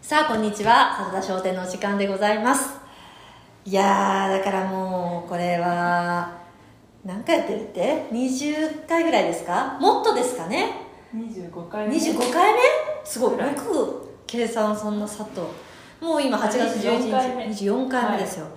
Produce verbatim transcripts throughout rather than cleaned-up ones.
さあこんにちは、里田商店のお時間でございます。いやーだからもうこれは何回やってるってにじゅっかいぐらいですか、もっとですかね。 にじゅうごかいめにじゅうごかいめ、すごい。よく計算そんなさっと。もう今はちがつじゅういちにちにじゅうよんかいめですよ、はい、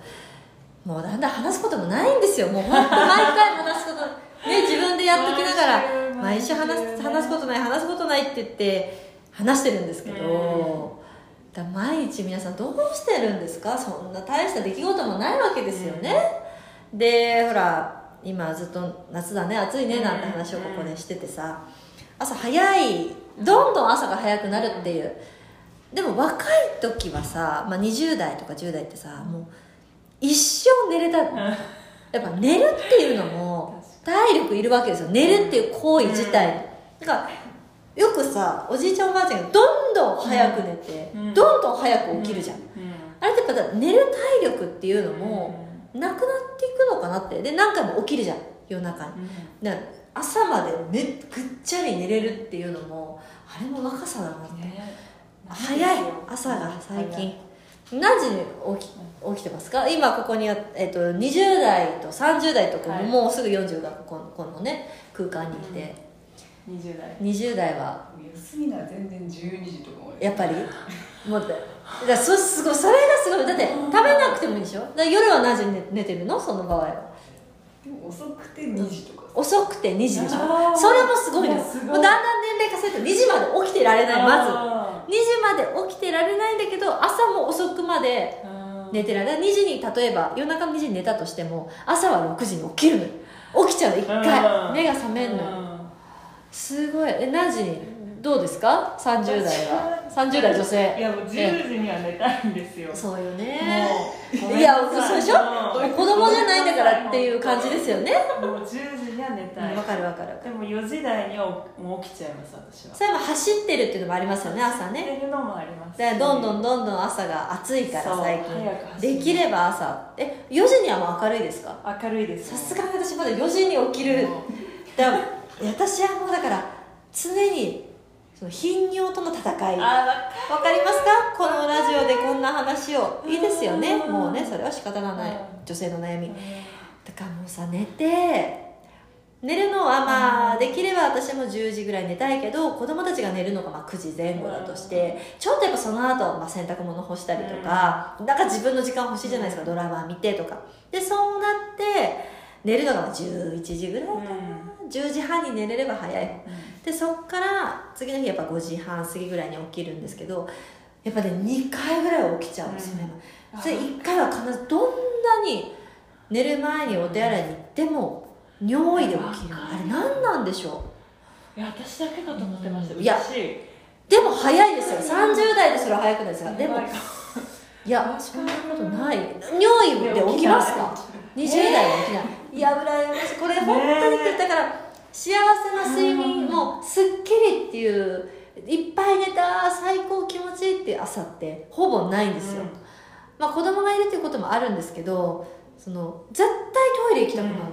もうだんだん話すこともないんですよ。もう本当毎回話すことね、自分でやっときながら毎週話す、話すことない話すことないって言って話してるんですけど、だ毎日皆さんどうしてるんですか。そんな大した出来事もないわけですよね。でほら今ずっと夏だね暑いねなんて話をここでしててさ、朝早い、どんどん朝が早くなるっていう。でも若い時はさ、まあ、にじゅうだいとかじゅうだいってさ、もう一生寝れた。やっぱ寝るっていうのも体力いるわけですよ、寝るっていう行為自体。だからよくさ、おじいちゃんおばあちゃんがどんどん早く寝て、うん、どんどん早く起きるじゃん、うんうん、あれってやっぱ寝る体力っていうのもなくなっていくのかなって。で何回も起きるじゃん夜中に、うん、だから朝まで、ね、ぐっちゃり寝れるっていうのもあれも若さだなって、ね、早い朝が最近。何時に起き、起きてますか今ここに、えっと、にじゅうだいとさんじゅうだいとかも、はい、もうすぐよんじゅうがこの、このね空間にいて、 うん、にじゅうだいにじゅうだいは休みなら全然じゅうにじとかもやっぱりもうだからそすごい、それがすごい。だって食べなくてもいいでしょ。だから夜は何時に 寝, 寝てるのその場合は。 でも遅くてにじとか、 うん、遅くてにじでしょ。それもすごいのよ。もうだんだん年齢化するとにじまで起きてられない。まずにじまで起きてられないんだけど、朝も遅くまで寝てられない。にじに例えば夜中のにじに寝たとしても朝はろくじに起きるのよ。起きちゃうの、一回目が覚めるのよ。すごい。え何時にどうですかさんじゅうだいは。さんじゅうだい女性。 いやもうじゅうじには寝たいんですよ。 そうよね。いやそうでしょ、子供じゃないんだからっていう感じですよね。 もうじゅうじには寝たい。 わかるわかる。 でもよじ台にはもう起きちゃいます。私はそれも走ってるっていうのもありますよね、朝ね。 走ってるのもあります。 だからどんどんどんどん朝が暑いから最近できれば朝えよじにはもう明るいですか。 明るいです。 さすがに私まだよじに起きる。だ私はもうだから常にその頻尿との戦い。わかりますか。このラジオでこんな話を。いいですよね、もうね、それは仕方がない女性の悩みだから。もうさ、寝て寝るのはまあできれば私もじゅうじぐらい寝たいけど、子供たちが寝るのがまあくじぜん後だとして、ちょっとやっぱその後、まあ洗濯物干したりとか、なんか自分の時間欲しいじゃないですか、ドラマ見てとかで。そうなって寝るのがじゅういちじぐらいかな、じゅうじはんに寝れれば早い方で、そっから次の日やっぱごじはん過ぎぐらいに起きるんですけど、やっぱねにかいぐらいは起きちゃうんですよね、うん、それいっかいは必ず、どんなに寝る前にお手洗いに行っても尿意で起きる。あれ何なんでしょう。いや私だけかと思ってました、うん、 いやでも早いですよ。さんじゅうだいでそれは早くないですか。でもいやそんなことない。尿意で起きますか。にじゅうだいは起きない。いや羨ましい。これ本当にだから幸せな睡眠もすっきりっていう、いっぱい寝た最高気持ちいいっていう朝ってほぼないんですよ、うん、まあ子供がいるっていうこともあるんですけど、その絶対トイレ行きたくなって、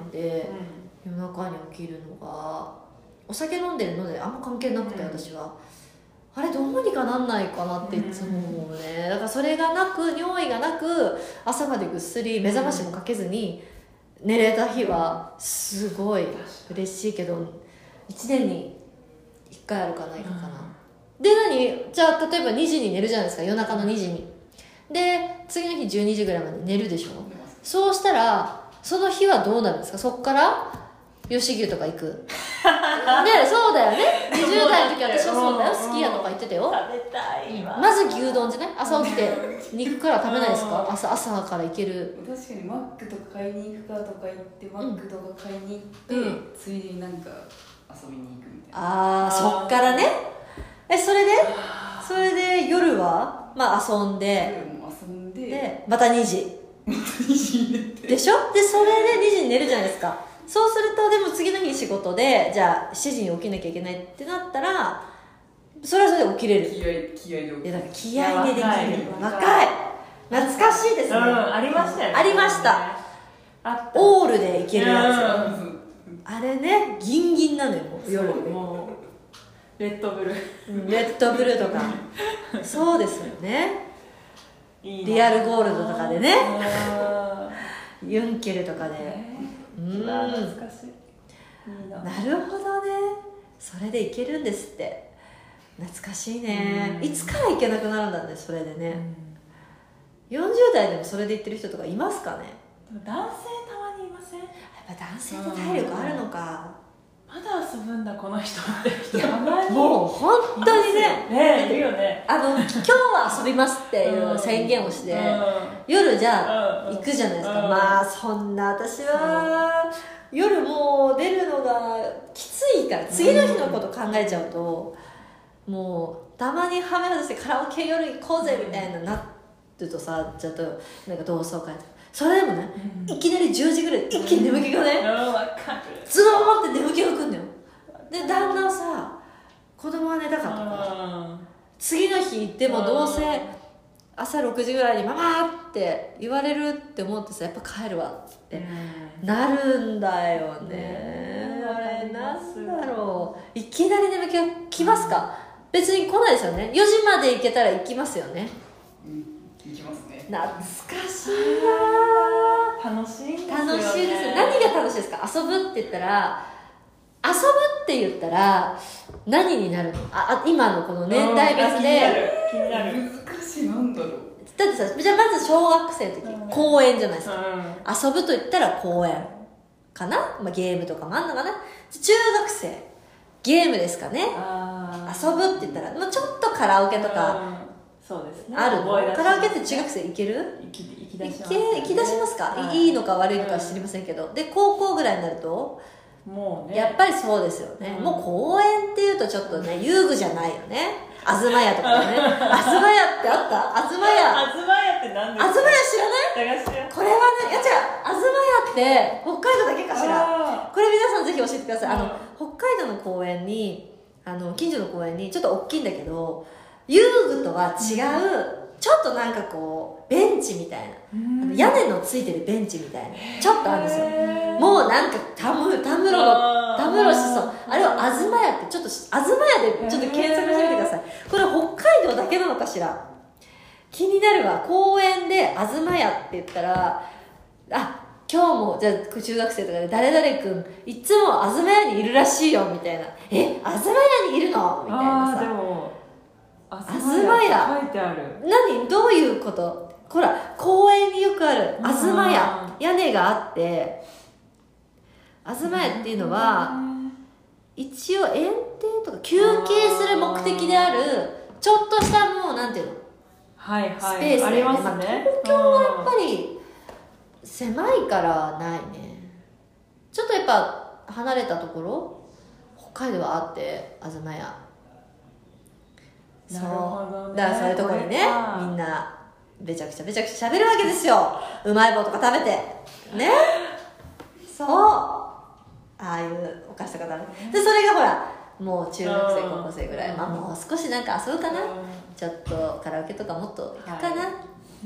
うんうん、夜中に起きるのがお酒飲んでるのであんま関係なくて、うん、私はあれどうにかなんないかなっていつも思うね。だからそれがなく、尿意がなく朝までぐっすり目覚ましもかけずに寝れた日はすごい嬉しいけど、いちねんにいっかいあるかないかかな、うん、で何じゃあ例えばにじに寝るじゃないですか、夜中のにじに。で次の日じゅうにじぐらいまで寝るでしょ。そうしたらその日はどうなるんですか。そっから吉牛とか行くね。そうだよね。にじゅうだいの時私はそうだよ、すき家とか行ってたよ。 食べたいわ。 まず牛丼じゃない、朝起きて肉から食べないですか。朝朝から行ける。 確かにマックとか買いに行くかとか言って、マックとか買いに行って、うん、ついでになんか遊びに行くみたいな。 ああそっからね。えそれでそれで夜はまあ遊んで、 遊んででまたにじでしょ。でそれでにじに寝るじゃないですか。そうするとでも次の日仕事でじゃあしちじに起きなきゃいけないってなったら、それはそれで起きれる。 気合い気合いで起きる。 いやだから気合いでできる。若い。懐かしいですね、うん、 ありましたよね。 ありました。 あオールでいけるやつ、うん、あれねギンギンなのよもう夜もうレッドブルレッドブルとかそうですよね。いいリアルゴールドとかでねユンケルとかで、 ね、 うん懐かしい。いいな。 なるほどね。それでいけるんですって。懐かしいね。いつからいけなくなるんだね、それでね、うん、よんじゅう代でもそれで言ってる人とかいますかね。 でも男性たまにいません？やっぱ男性って体力あるのか、 まだ遊ぶんだこの人って人たまにもう本当にねねいるよね。 あの今日は遊びますっていう宣言をして、うん、夜じゃあ行くじゃないですか、うん、まあそんな私は夜もう出るのがきついから次の日のこと考えちゃうと、うん、もうたまにハメ外してカラオケ夜行こうぜみたいななってるとさ、ちょっとなんか同窓会とかそれでもね、うん、いきなりじゅうじぐらい一気に眠気がね、 うん、 ズドーンって眠気がくんのよ。でだんだんさ子供は寝たかったから次の日行ってもどうせ朝ろくじぐらいにママって言われるって思ってさ、やっぱ帰るわってなるんだよね。あれなんだろう、いきなり眠気が来ますか？別に来ないですよね。よじまで行けたら行きますよね。 うん、行きますね。 懐かしいな。 楽しいんですよね。 楽しいです。何が楽しいですか？遊ぶって言ったら遊ぶって言ったら何になるの？あ、今のこの年代別で気になる。難しい。なんだろう。 だってさ、じゃあまず小学生の時、うん、公園じゃないですか、うん、遊ぶと言ったら公園かな、まあ、ゲームとかもあんのかな。中学生ゲームですかね。あ遊ぶって言ったら、まあ、ちょっとカラオケとか、うん、 そうですね、 あるの？カラオケって中学生行ける？ 行き、行き出します、 ね、行き出しますか、はい、いいのか悪いのか知りませんけど、うん、で高校ぐらいになるともうね、 やっぱりそうですよね、うん、もう公園っていうとちょっとね遊具じゃないよね。あずまやとかね。あずまやってあった？あずまや。 あずまやって何ですか？ あずまや知らない？これはね、いや違う、あずまやって北海道だけかしら。これ皆さんぜひ教えてください。あの北海道の公園に、あの近所の公園にちょっと大きいんだけど、遊具とは違う、ちょっとなんかこうベンチみたいな、あの屋根のついてるベンチみたいなちょっとあるんですよ。もうなんかたむたむろのたむろしそう、あれをあずまやってちょっとあずまやでちょっと検索してみてください。これ北海道だけなのかしら。気になるわ。公園であずまやって言ったら、あ、今日もじゃあ中学生とかで誰々くんいつもあずまやにいるらしいよみたいな、えあずまやにいるのみたいなさ。 あでもあずまや書いてある。 何どういうこと？ほら公園によくあるあずまや、屋根があって、あずまやっていうのは一応園庭とか休憩する目的であるちょっとしたもうなんていうの、 はいはい、 スペース、ね、 ありますね。 まあ、東京はやっぱり狭いからないね。ちょっとやっぱ離れたところ北海道はあってあずまや。 なるほどね。 だからそういうとこにねみんなべちゃくちゃべちゃくちゃ喋るわけですよ。うまい棒とか食べてね。そうああいうお菓子とか食べて、でそれがほらもう中学生高校生ぐらい、まあもう少しなんか遊ぶかな、ちょっとカラオケとかもっと行くかな、はい、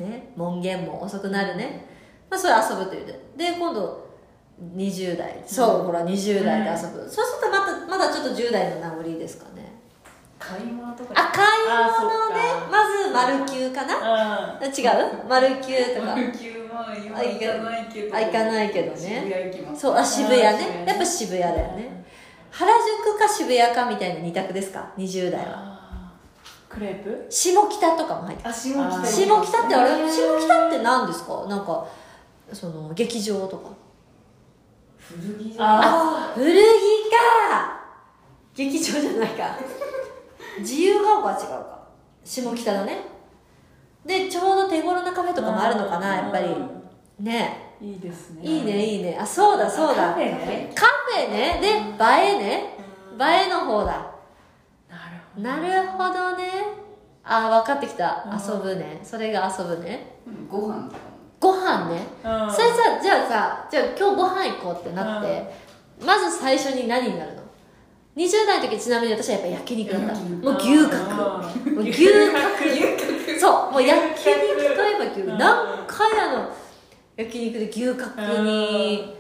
ね、門限も遅くなるね、まあそれ遊ぶというで、で今度にじゅう代、そう、うん、ほらにじゅう代で遊ぶ、うん、そうするとまたまだちょっとじゅう代の名残ですかね。 買い物とか、 あ、買い物ね。まず丸九かな、うん、違う丸九とか丸九は今行かないけど、 あ、行かないけどね。 渋谷行きます。 そう、あ、渋谷ね。やっぱ渋谷だよね。原宿か渋谷かみたいな二択ですか、にじゅう代は。 クレープ下北とかも入ってる。 あ、下北。 下北ってあれ、下北って何ですか？なんかその劇場とか古着じゃない。あ、古着か。劇場じゃないか。自由が丘は違うか、下北のね。でちょうど手頃なカフェとかもあるのかな、やっぱりね。 いいですね。 いいねいいね。あ、そうだそうだ、 カフェね。 カフェね。で映えね、映えの方だ。なるほどね。あ、分かってきた。遊ぶね、それが遊ぶね。 ご飯ご飯ね。それさ、じゃあさ、じゃあ今日ご飯行こうってなって、まず最初に何になるの？にじゅう代の時ちなみに私はやっぱ焼肉だった。もう牛角、もう牛角、そう、もう焼肉といえば牛角。何回あの焼肉で牛角に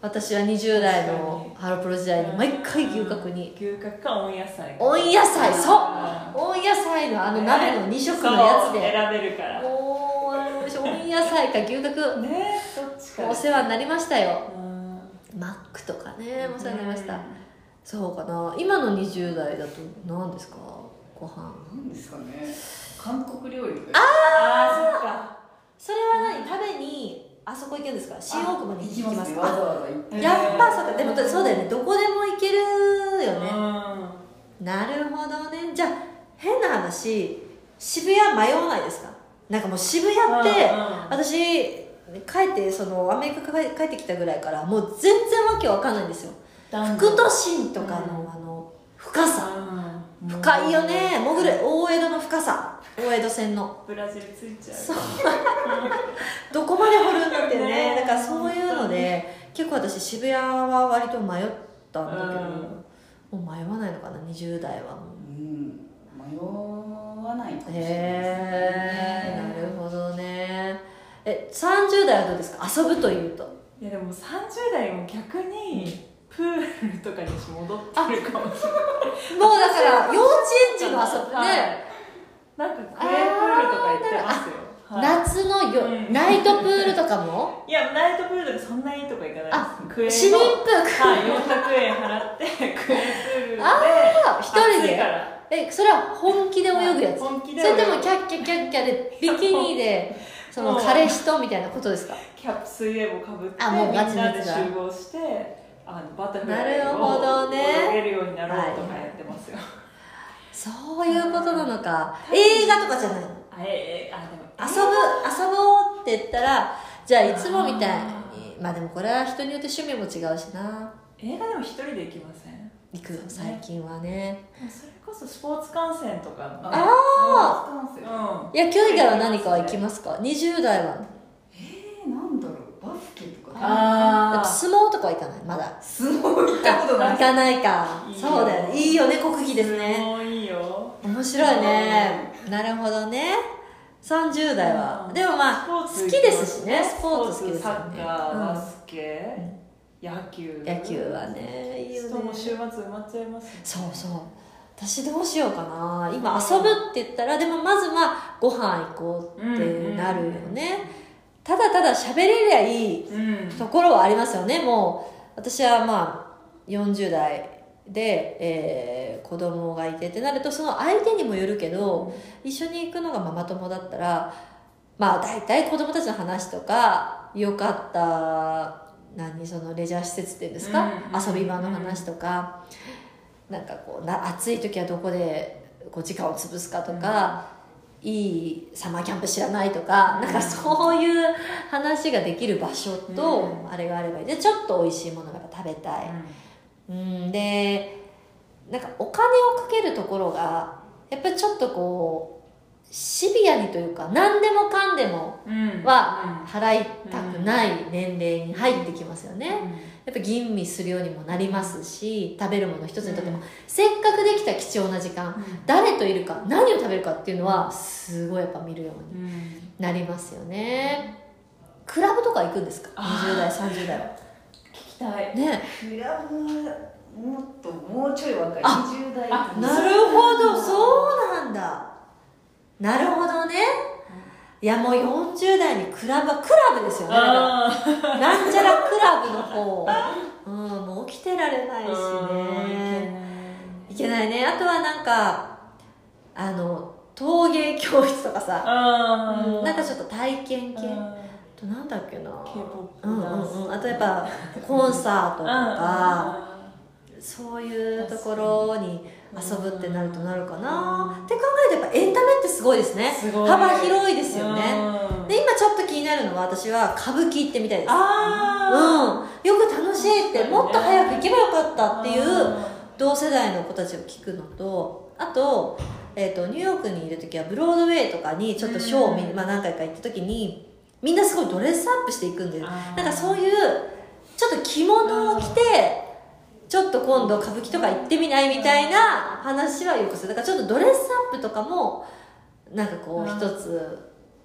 私はにじゅう代のハロプロ時代に毎回牛角に、 牛角か温野菜か、 温野菜、そう温野菜のあの鍋のに色のやつで、 ね、選べるからもう私温野菜か牛角ね、どっちかお世話になりましたよ。 うん、 マックとかねお世話になりました、うん、そうかな。今のにじゅう代だと何ですか、ご飯。 何ですかね、韓国料理とか。ああー、そっか。 それは何、食べにあそこ行けるんですか、新大久保に行きますか。 わざわざ行って、 やっぱそうか。でもそうだよね、どこでも行けるよね、 うん、 なるほどね。じゃあ変な話、渋谷迷わないですか。なんかもう渋谷って、うんうん、私帰ってそのアメリカから帰ってきたぐらいからもう全然わけわかんないんですよ。副都心とかの、うん、あの深さ、うん、深いよね。潜る大江戸の深さ、大江戸線のブラジルついちゃう。 そうどこまで掘るんだってね。だからそういうので結構私渋谷は割と迷ったんだけど、うん、もう迷わないのかな、にじゅう代はもう、 うん、迷わないかもしれないですね。 へー、なるほどね。え、さんじゅう代はどうですか、遊ぶというと。 いやでもさんじゅう代も逆にプールとかに戻ってるかもしれない。 もうだから幼稚園児の遊ぶね、はい、 なんかクエープールとか行ってますよ、 はい、夏のよ、うん、ナイトプールとかも。 いやナイトプールとかそんなにいいとこ行かないです。 市民プール、 はい、よんひゃくえん払ってクエープールであ一人でからえ、それは本気で泳ぐやつ、 本気でそれともキャッキャキャッキャでビキニでその彼氏とみたいなことですか。 キャップ水泳帽かぶってあ、もうみんなで集合してあのバタフライを泳げるようになろうとかやってますよ、はい、 そういうことなのか。映画とかじゃないの。 あえあでも遊ぶ遊ぼうって言ったら、じゃあいつもみたいに、まあでもこれは人によって趣味も違うしな。 映画でも一人で行きません？ 行く最近はね。 それこそスポーツ観戦とかの、ね、 ああ、うん、野球以外は何かは行きますか？にじゅう代は。 えー、なんだろう、バスケとか。 ああ、相撲とかは行かない、まだ。 相撲行ったことない。 行かないか。いいそうだよね。いいよね、国技ですね。 相撲いいよ。 面白いね。なるほどね。さんじゅう代は、でもまあ好きですしね。スポーツ好きですよね。 サッカー、バスケ、うん、野球。 野球はね、いいよね。 人も週末埋まっちゃいます、ね。 そうそう。私どうしようかな。今遊ぶって言ったら、でもまずまあご飯行こうってなるよね。ただただ喋れりゃいいところはありますよね。もう私はまあよんじゅう代で、えー、子供がいてってなると、その相手にもよるけど、一緒に行くのがママ友だったら、まあ大体子供たちの話とか、よかった何そのレジャー施設っていうんですか、遊び場の話とか、なんかこうな暑い時はどこでこう時間を潰すかとか、うん、いいサマーキャンプ知らないとか、うん、なんかそういう話ができる場所と、うん、あれがあればいいで、ちょっと美味しいものが食べたい、うん、うんでなんかお金をかけるところがやっぱりちょっとこうシビアにというか、何でもかんでもは払いたくない年齢に入ってきますよね、うんうん、やっぱ吟味するようにもなりますし、食べるもの一つにとっても、うん、せっかくできた貴重な時間、うん、誰といるか何を食べるかっていうのはすごいやっぱ見るようになりますよね、うん、クラブとか行くんですか？にじゅう代さんじゅう代は聞きたいね。 クラブもっともうちょい若いにじゅう代。 あ、なるほど、そうなんだ。なるほどね。いやもうよんじゅう代にクラブはクラブですよね。なんちゃらクラブの方、うん、もう起きてられないしね。いけないね。あとはなんかあの陶芸教室とかさ、うん、なんかちょっと体験系。となんだっけな。 K-ポップ、 うんうんうん。あとやっぱコンサートとか。そういうところに遊ぶってなるとなるかな、うん、って考えるとやっぱエンタメってすごいですね。すごい幅広いですよね、うん、で今ちょっと気になるのは、私は歌舞伎行ってみたいです。あ、うん、よく楽しいって、もっと早く行けばよかったっていう同世代の子たちを聞くのと、あと、えーと、ニューヨークにいる時はブロードウェイとかにちょっとショーを見、うん、まあ、何回か行った時にみんなすごいドレスアップしていくんだよ。なんかそういうちょっと着物を着てちょっと今度歌舞伎とか行ってみないみたいな話はよくする。だからちょっとドレスアップとかもなんかこう一つ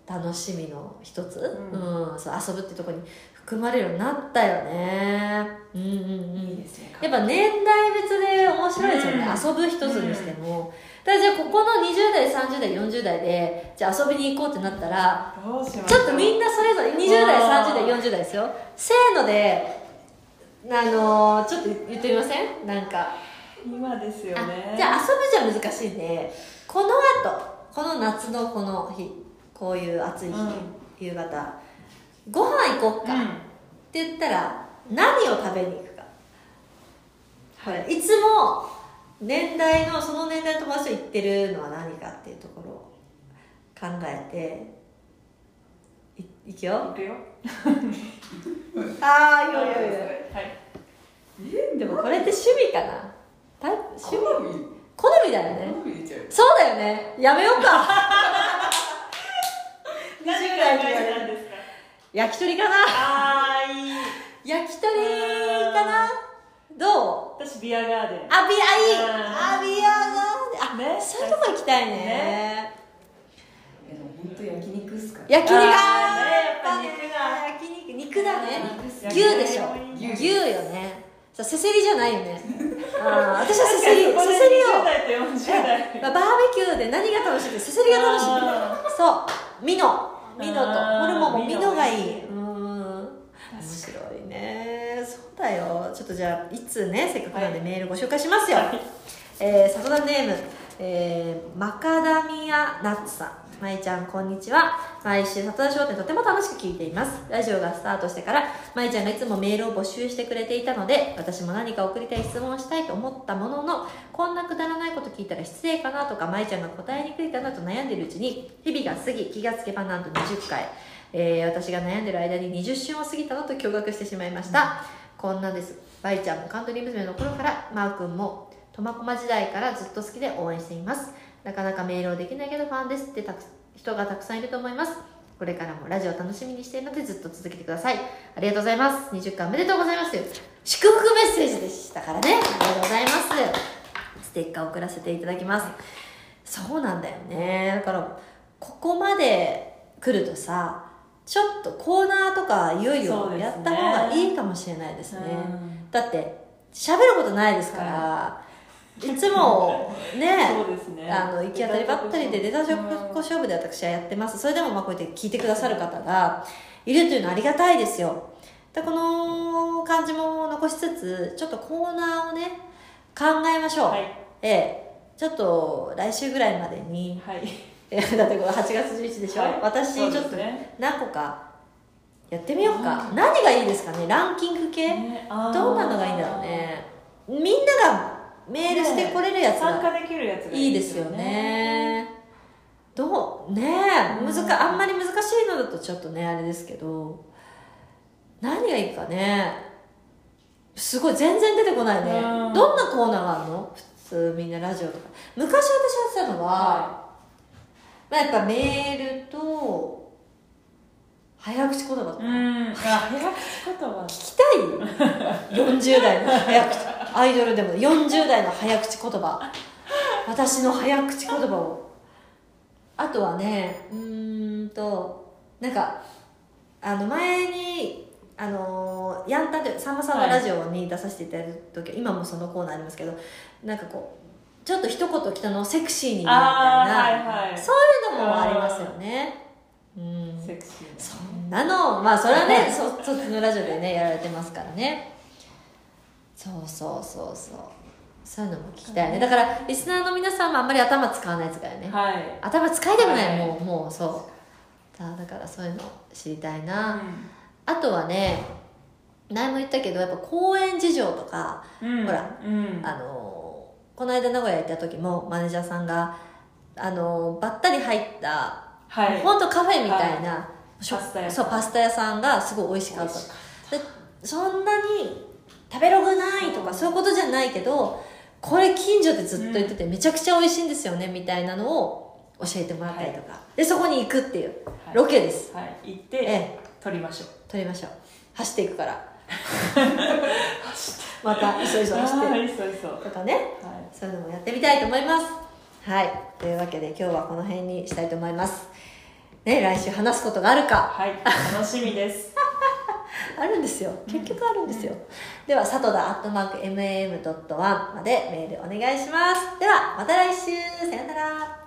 楽しみの一つ、ううんんそう遊ぶってところに含まれるようになったよね。うんうんうんいいですね。 やっぱ年代別で面白いですよね、 うん遊ぶ一つにしても。だからじゃあここのにじゅう代さんじゅう代よんじゅう代でじゃあ遊びに行こうってなったら、 どうしましょう。 ちょっとみんなそれぞれにじゅう代さんじゅう代よんじゅう代ですよ、せーのであのー、ちょっと言ってみません？なんか今ですよね。 あじゃあ遊ぶじゃ難しいんで、この後この夏のこの日、こういう暑い日、 うん夕方ご飯行こっか、 うんって言ったら何を食べに行くか。はいいつも年代のその年代の友達と行ってるのは何かっていうところを考えて い, いくよ。 行くよ。 ああいいよいいよいいよ。 はい。 でもこれって趣味かな、タイプ趣味好み好みだよね。 好み出ちゃう。 そうだよね、やめようか何考えたんですか。 焼き鳥かな。 あーいい。 焼き鳥かな。どう？ 私ビアガーデン。 あ、ビアいい。あ、ビアがあ、 ねそういうとこ行きたいね。 ねでも本当焼肉っすか。 焼肉があーねやっぱ肉だ。 焼肉肉だね。 肉牛でしょ。 牛牛よね。させせりじゃないよね。あー私はせせり、せせりを。 にじゅう代とよんじゅう代。 バーベキューで何が楽しいってせせりが楽しい。そう。ミノ、ミノとホルモンもミノがいい。うん。面白いね。そうだよ。ちょっとじゃあいつねせっかくなんでメールご紹介しますよ。 はいえー、サトダネーム、えー、マカダミアナッツさん。まいちゃんこんにちは。毎週サトダ商店とても楽しく聞いています。ラジオがスタートしてからまいちゃんがいつもメールを募集してくれていたので、私も何か送りたい質問をしたいと思ったものの、こんなくだらないこと聞いたら失礼かなとか、まいちゃんが答えにくいかなと悩んでいるうちに日々が過ぎ、気がつけばなんとにじゅっかい、えー、私が悩んでいる間ににじゅっしゅんを過ぎたのと驚愕してしまいました、うん、こんなんです。まいちゃんもカントリー娘の頃からマー君も苫小牧時代からずっと好きで応援しています。なかなかメールをできないけどファンですってたく人がたくさんいると思います。これからもラジオ楽しみにしているのでずっと続けてください。ありがとうございます。にじゅっかいおめでとうございますという祝福メッセージでしたからね。ありがとうございます。ステッカーを送らせていただきます。そうなんだよね。だからここまで来るとさ、ちょっとコーナーとかいよいよやった方がいいかもしれないですね。だって喋ることないですから、はいいつもね、 そうですね、 あの行き当たりばったりで出た勝負で私はやってます。それでもまあこうやって聞いてくださる方がいるというのはありがたいですよ。でこの感じも残しつつ、ちょっとコーナーをね考えましょう、はい、ええ、ちょっと来週ぐらいまでに、はい、だってこれはちがつじゅういちにちでしょ、はい、私ちょっと何個かやってみようか、うん、何がいいですかね、ランキング系、ね、どんなのがいいんだろうね。みんながメールしてこれるやつが参加できるやつがいいですよね。どうねえ、難かあんまり難しいのだとちょっとねあれですけど、何がいいかね。すごい全然出てこないね。どんなコーナーがあるの？普通みんなラジオとか。昔私やってたのは、はい、まあ、やっぱメールと早口言葉とか。 うん、あ、早口言葉聞きたいよんじゅう代の早口アイドルでもよんじゅう代の早口言葉、私の早口言葉を。あとはね、うーんとなんかあの前にあのヤンタンでさんまさんのラジオに出させていただいた時、はい、今もそのコーナーありますけど、なんかこうちょっと一言来たのをセクシーに言うみたいな、はいはい、そういうのもありますよね。うん、セクシー、ね、そんなのまあそれはねそ, そっちのラジオでねやられてますからね。そうそうそうそう、そういうのも聞きたいね。だからリスナーの皆さんもあんまり頭使わないやつがよね、はい、頭使いたくない、はい、もうもうそうだ、だからそういうの知りたいな、うん、あとはね前も言ったけどやっぱ公演事情とか、うん、ほら、うん、あのこの間名古屋行った時もマネージャーさんがあのばったり入ったはい、本当カフェみたいな、はい、パスタ屋さん、そうパスタ屋さんがすごい美味しかった。でそんなに食べログないとかそういうことじゃないけど、これ近所でずっと言っててめちゃくちゃ美味しいんですよねみたいなのを教えてもらったりとか、はい、でそこに行くっていうロケです、 はいはい、行って、ええ、撮りましょう撮りましょう走っていくからまた急いそ走ってとかね、はい、そういうのもやってみたいと思います。はい、というわけで今日はこの辺にしたいと思います。 ね、来週話すことがあるか。 はい、楽しみですあるんですよ、結局あるんですよ、うん、ではさとだ アットマークエムエーエムドットワン までメールお願いします。ではまた来週、さよなら。